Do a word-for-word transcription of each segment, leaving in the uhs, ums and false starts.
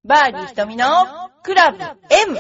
バーディー瞳のクラブ M。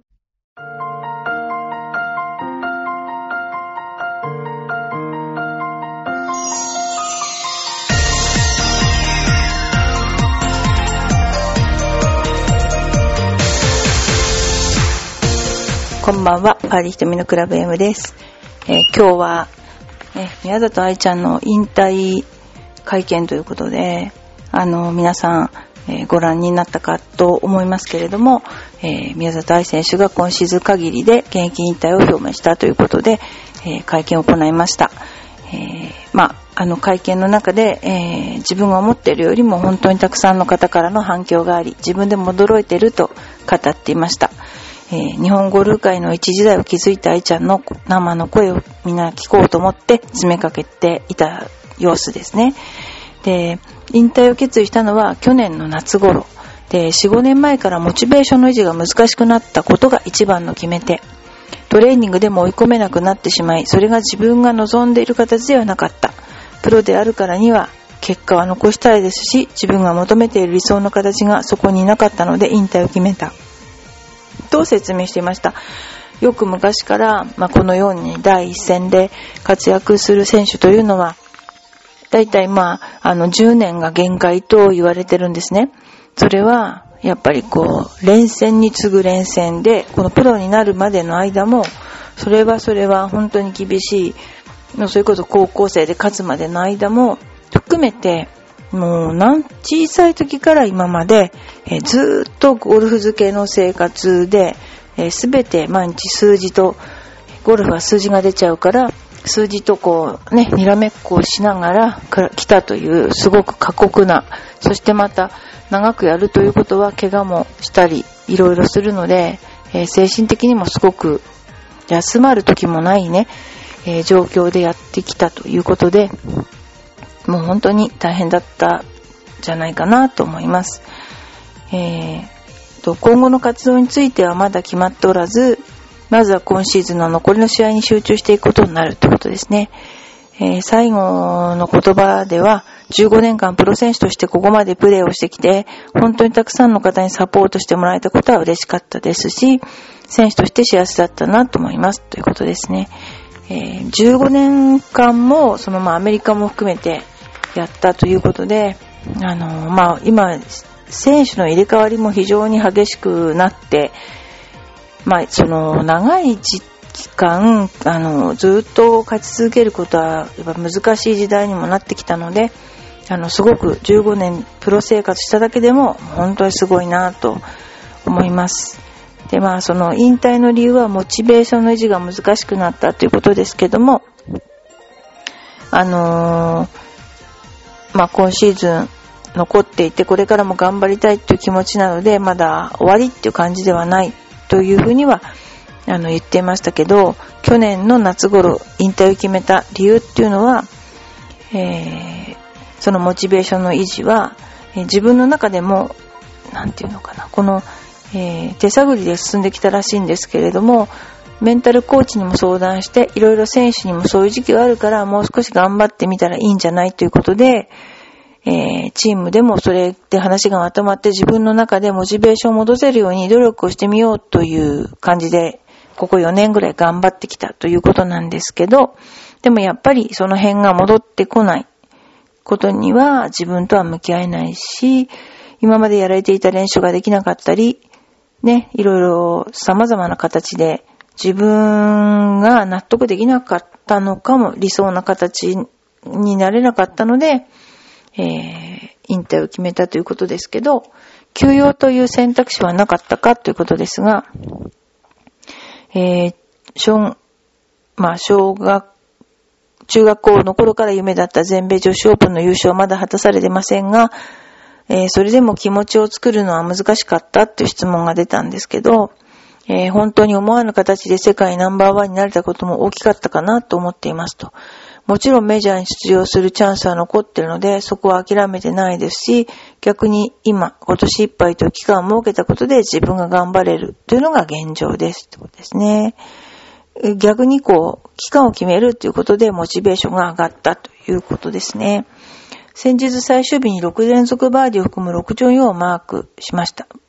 こんばんは、バーディー瞳のクラブ M です。えー、今日は、えー、宮里藍ちゃんの引退会見ということで、あの皆さん、えー、ご覧になったかと思いますけれども、えー、宮里藍選手が今シーズン限りで現役引退を表明したということで、えー、会見を行いました。えー、まああの会見の中で、えー、自分が思っているよりも本当にたくさんの方からの反響があり、自分でも驚いていると語っていました。えー、日本ゴルフ界の一時代を築いた愛ちゃんの生の声をみんな聞こうと思って詰めかけていた様子ですね。で、引退を決意したのは去年の夏頃で、 よん、ごねんまえからモチベーションの維持が難しくなったことが一番の決め手。トレーニングでも追い込めなくなってしまい、それが自分が望んでいる形ではなかった。プロであるからには結果は残したいですし、自分が求めている理想の形がそこになかったので引退を決めたと説明していました。よく昔から、まあ、このように第一線で活躍する選手というのはだいたいまああのじゅうねんが限界と言われてるんですね。それはやっぱりこう連戦に次ぐ連戦で、このプロになるまでの間もそれはそれは本当に厳しい、それこそ高校生で勝つまでの間も含めて、もうなん小さい時から今まで、えー、ずっとゴルフ漬けの生活で、えー、全て毎日数字と、ゴルフは数字が出ちゃうから数字とこうね、にらめっこをしながら来たというすごく過酷な、そしてまた長くやるということは怪我もしたりいろいろするので、えー、精神的にもすごく休まる時もないね、えー、状況でやってきたということで、もう本当に大変だったんじゃないかなと思います。えー、と今後の活動についてはまだ決まっておらず、まずは今シーズンの残りの試合に集中していくことになるということですね。えー、最後の言葉では、じゅうごねんかんプロ選手としてここまでプレーをしてきて、本当にたくさんの方にサポートしてもらえたことは嬉しかったですし、選手として幸せだったなと思いますということですね。えー、じゅうごねんかんもそのまあアメリカも含めてやったということで、あのー、まあ今選手の入れ替わりも非常に激しくなって、まあその長い時間あのずっと勝ち続けることはやっぱ難しい時代にもなってきたので、あのすごくじゅうごねんプロ生活しただけでも本当にすごいなと思います。で、まあその引退の理由はモチベーションの維持が難しくなったということですけども、あのー、まあ今シーズン残っていてこれからも頑張りたいという気持ちなので、まだ終わりっていう感じではないというふうにはあの言っていましたけど、去年の夏頃引退を決めた理由っていうのは、えー、そのモチベーションの維持は、えー、自分の中でもなんていうのかな、この、えー、手探りで進んできたらしいんですけれども、メンタルコーチにも相談していろいろ選手にもそういう時期があるからもう少し頑張ってみたらいいんじゃないということで、えー、チームでもそれで話がまとまって自分の中でモチベーションを戻せるように努力をしてみようという感じでここよねんぐらい頑張ってきたということなんですけど、でもやっぱりその辺が戻ってこないことには自分とは向き合えないし、今までやられていた練習ができなかったりね、いろいろ様々な形で自分が納得できなかったのかも、理想な形になれなかったので、えー、引退を決めたということですけど、休養という選択肢はなかったかということですが、えー、小、まあ、小学、中学校の頃から夢だった全米女子オープンの優勝はまだ果たされてませんが、えー、それでも気持ちを作るのは難しかったという質問が出たんですけど、えー、本当に思わぬ形で世界ナンバーワンになれたことも大きかったかなと思っていますと。もちろんメジャーに出場するチャンスは残っているので、そこは諦めてないですし、逆に今、今年いっぱいという期間を設けたことで自分が頑張れるというのが現状ですということですね。逆にこう、期間を決めるということでモチベーションが上がったということですね。先日最終日にろく連続バーディを含むろくじゅうよんをマークしました。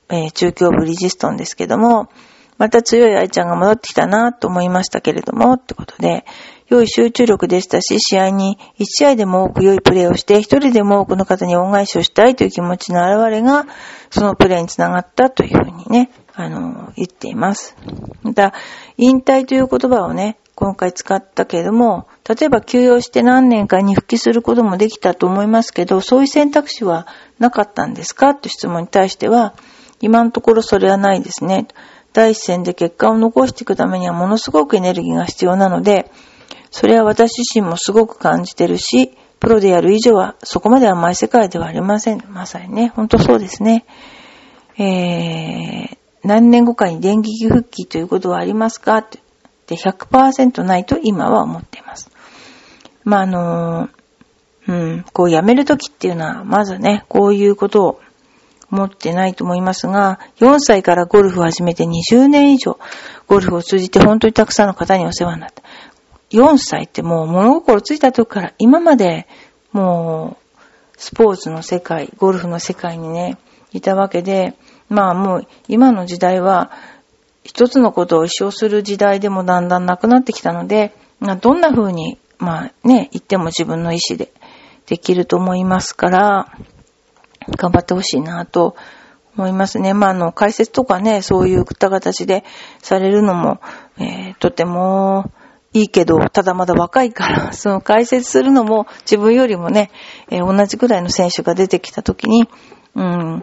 えー、中京ブリヂストンですけども、また強い愛ちゃんが戻ってきたなと思いましたけれども、ってことで、良い集中力でしたし、試合に一試合でも多く良いプレーをして、一人でも多くの方に恩返しをしたいという気持ちの表れが、そのプレーにつながったというふうにね、あの、言っています。また、引退という言葉をね、今回使ったけれども、例えば休養して何年かに復帰することもできたと思いますけど、そういう選択肢はなかったんですかという質問に対しては、今のところそれはないですね。第一線で結果を残していくためにはものすごくエネルギーが必要なので、それは私自身もすごく感じてるし、プロでやる以上はそこまで甘い世界ではありません。まさにね、本当そうですね。えー、何年後かに電撃復帰ということはありますかってで ひゃくパーセント ないと今は思っています。まあ、あの、うん、こう辞めるときっていうのは、まずね、こういうことを持ってないと思いますが、よんさいからゴルフを始めてにじゅうねん以上、ゴルフを通じて本当にたくさんの方にお世話になった。よんさいってもう物心ついた時から今までもうスポーツの世界、ゴルフの世界にね、いたわけで、まあもう今の時代は一つのことを一生する時代でもだんだんなくなってきたので、どんな風にまあね、言っても自分の意思でできると思いますから、頑張ってほしいなと思いますね。まあ、あの、解説とかね、そういった形でされるのも、えー、とてもいいけど、ただまだ若いから、その解説するのも自分よりもね、えー、同じくらいの選手が出てきたときに、うん、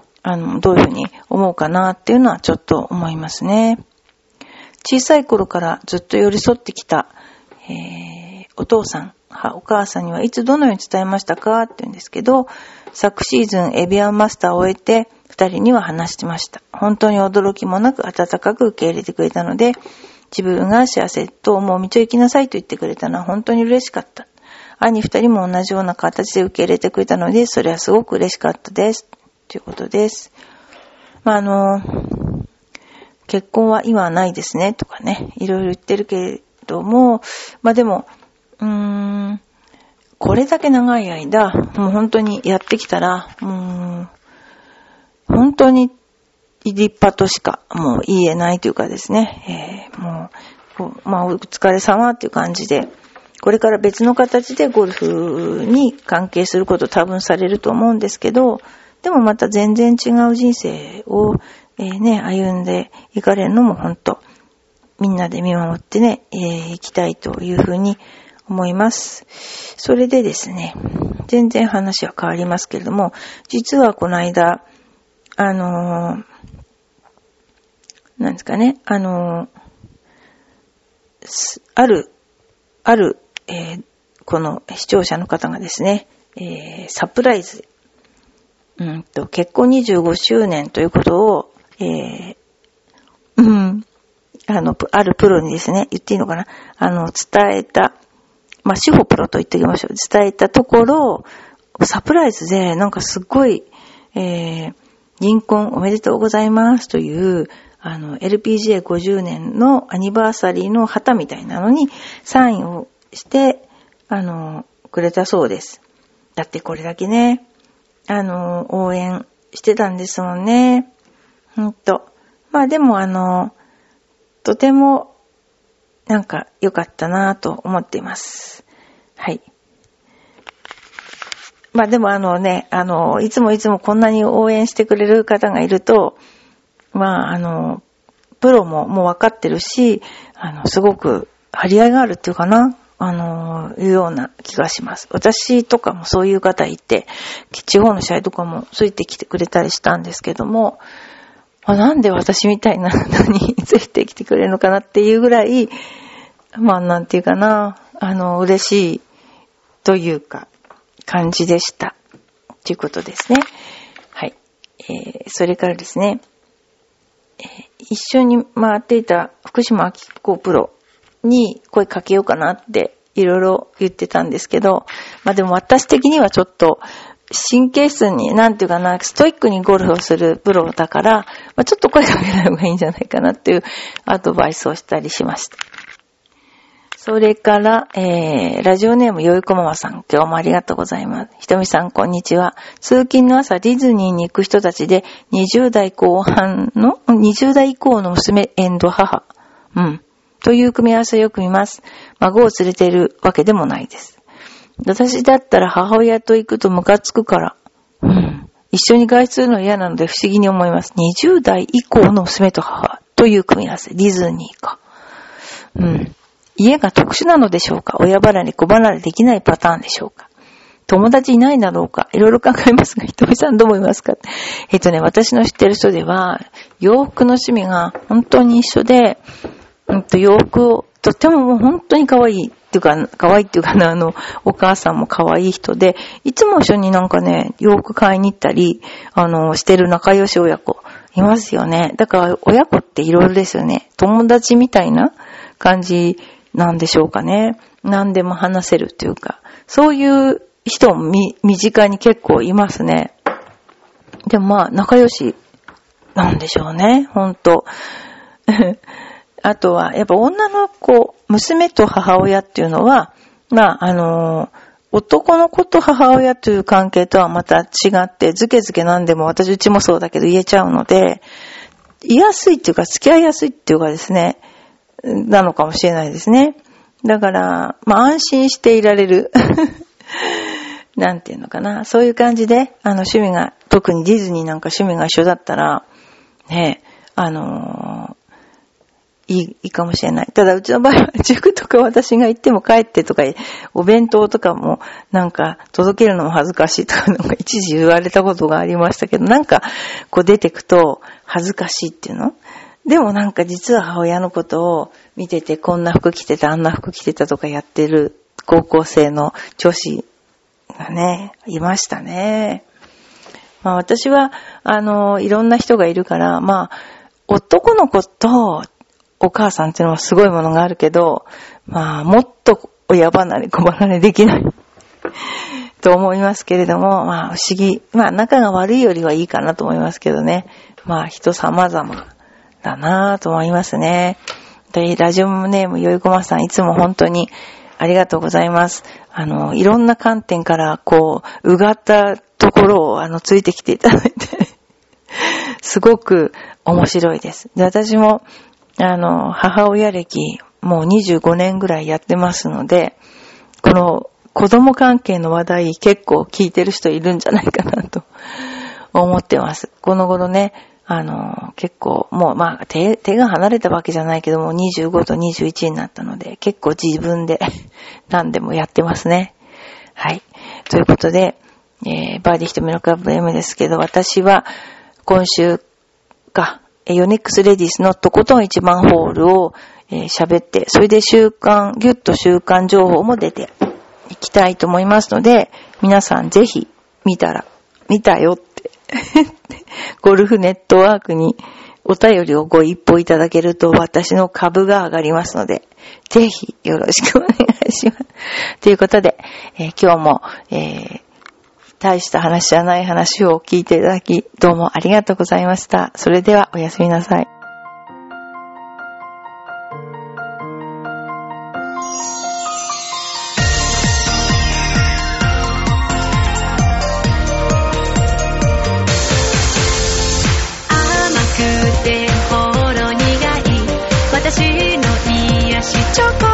あの、どういうふうに思うかなっていうのはちょっと思いますね。小さい頃からずっと寄り添ってきた、えー、お父さん、お母さんにはいつどのように伝えましたかって言うんですけど、昨シーズンエビアンマスターを終えて二人には話してました。本当に驚きもなく温かく受け入れてくれたので、自分が幸せと思う道を行きなさいと言ってくれたのは本当に嬉しかった。兄二人も同じような形で受け入れてくれたので、それはすごく嬉しかったです。ということです。まあ、あの、結婚は今はないですねとかね、いろいろ言ってるけれども、まあでも、うーん、これだけ長い間、もう本当にやってきたら、もう、本当に立派としかもう言えないというかですね、えー、もう、まあお疲れ様っていう感じで、これから別の形でゴルフに関係すること多分されると思うんですけど、でもまた全然違う人生を、えー、ね、歩んでいかれるのも本当、みんなで見守ってね、えー、行きたいというふうに思います。それでですね、全然話は変わりますけれども、実はこの間、あのー、なんですかね、あのー、ある、ある、えー、この視聴者の方がですね、えー、サプライズ、うんと、結婚にじゅうごしゅうねんということを、えー、うん、あの、あるプロにですね、言っていいのかな、あの、伝えた、まあ、司法プロと言っておきましょう。伝えたところ、サプライズで、なんかすっごい、えー、銀婚おめでとうございますという、あの、エルピージェーごじゅうねんのアニバーサリーの旗みたいなのにサインをして、あの、くれたそうです。だってこれだけね、あの、応援してたんですもんね。ほんと。まあでもあの、とても、なんか良かったなぁと思っています。はい。まあでもあのね、あの、いつもいつもこんなに応援してくれる方がいると、まああの、プロももう分かってるし、あの、すごく張り合いがあるっていうかな、あの、いうような気がします。私とかもそういう方いて、地方の試合とかもついてきてくれたりしたんですけども、あ、なんで私みたいなのについてきてくれるのかなっていうぐらい、まあなんていうかな、あの、嬉しいというか、感じでした。ということですね。はい。えー、それからですね、えー、一緒に回っていた福島明子プロに声かけようかなっていろいろ言ってたんですけど、まあでも私的にはちょっと、神経質に、なんていうかな、ストイックにゴルフをするプロだから、まあ、ちょっと声かけない方がいいんじゃないかなっていうアドバイスをしたりしました。 それから、えー、ラジオネームよいこママさん、今日もありがとうございます。ひとみさん、こんにちは。通勤の朝、ディズニーに行く人たちで、にじゅう代後半の、にじゅう代以降の娘、母。うん。という組み合わせをよく見ます。孫を連れているわけでもないです。私だったら母親と行くとムカつくから、うん。一緒に外出するの嫌なので不思議に思います。にじゅう代以降の娘と母という組み合わせ。ディズニーか。うん。家が特殊なのでしょうか？親離れ、子離れできないパターンでしょうか？友達いないだろうか？いろいろ考えますが、ひとみさんどう思いますか？えっとね、私の知ってる人では、洋服の趣味が本当に一緒で、うんと洋服を、とってももう本当に可愛いっていうか、可愛いっていうかな、あの、お母さんも可愛い人で、いつも一緒になんかね、洋服買いに行ったり、あの、してる仲良し親子、いますよね。だから、親子っていろいろですよね。友達みたいな感じなんでしょうかね。何でも話せるっていうか、そういう人もみ身近に結構いますね。でもまあ、仲良しなんでしょうね。ほんと。あとは、やっぱ女の子、娘と母親っていうのは、まあ、あのー、男の子と母親という関係とはまた違って、ずけずけなんでも私うちもそうだけど言えちゃうので、言いやすいっていうか、付き合いやすいっていうかですね、なのかもしれないですね。だから、まあ安心していられる。なんていうのかな。そういう感じで、あの趣味が、特にディズニーなんか趣味が一緒だったら、ね、あのー、いい、いいかもしれない。ただうちの場合は塾とか私が行っても帰ってとか、お弁当とかもなんか届けるのも恥ずかしいとかなんか一時言われたことがありましたけど、なんかこう出てくと恥ずかしいっていうの？でもなんか実は母親のことを見てて、こんな服着てた、あんな服着てたとかやってる高校生の女子がね、いましたね。まあ私は、あの、いろんな人がいるから、まあ、男の子とお母さんっていうのはすごいものがあるけど、まあ、もっと親離れ、子離れできないと思いますけれども、まあ不思議。まあ仲が悪いよりはいいかなと思いますけどね。まあ人様々。だなぁと思いますね。で、ラジオネームよいこまさん、いつも本当にありがとうございます。あの、いろんな観点からこう、うがったところをあの、ついてきていただいて、すごく面白いです。で、私も、あの、母親歴、もうにじゅうごねんぐらいやってますので、この子供関係の話題結構聞いてる人いるんじゃないかなと思ってます。この頃ね、あの、結構、もう、まあ、手、手が離れたわけじゃないけども、にじゅうごとにじゅういちになったので、結構自分で何でもやってますね。はい。ということで、えー、バーディーひとみのクラブ M ですけど、私は、今週か、ヨネックスレディスのとことん一番ホールを喋、えー、って、それで週間、ぎゅっと週間情報も出ていきたいと思いますので、皆さんぜひ見たら、見たよって、ゴルフネットワークにお便りをご一報いただけると私の株が上がりますので、ぜひよろしくお願いします。ということで、えー、今日も、えー、大した話じゃない話を聞いていただき、どうもありがとうございました。それではおやすみなさい。 私の癒しチョコ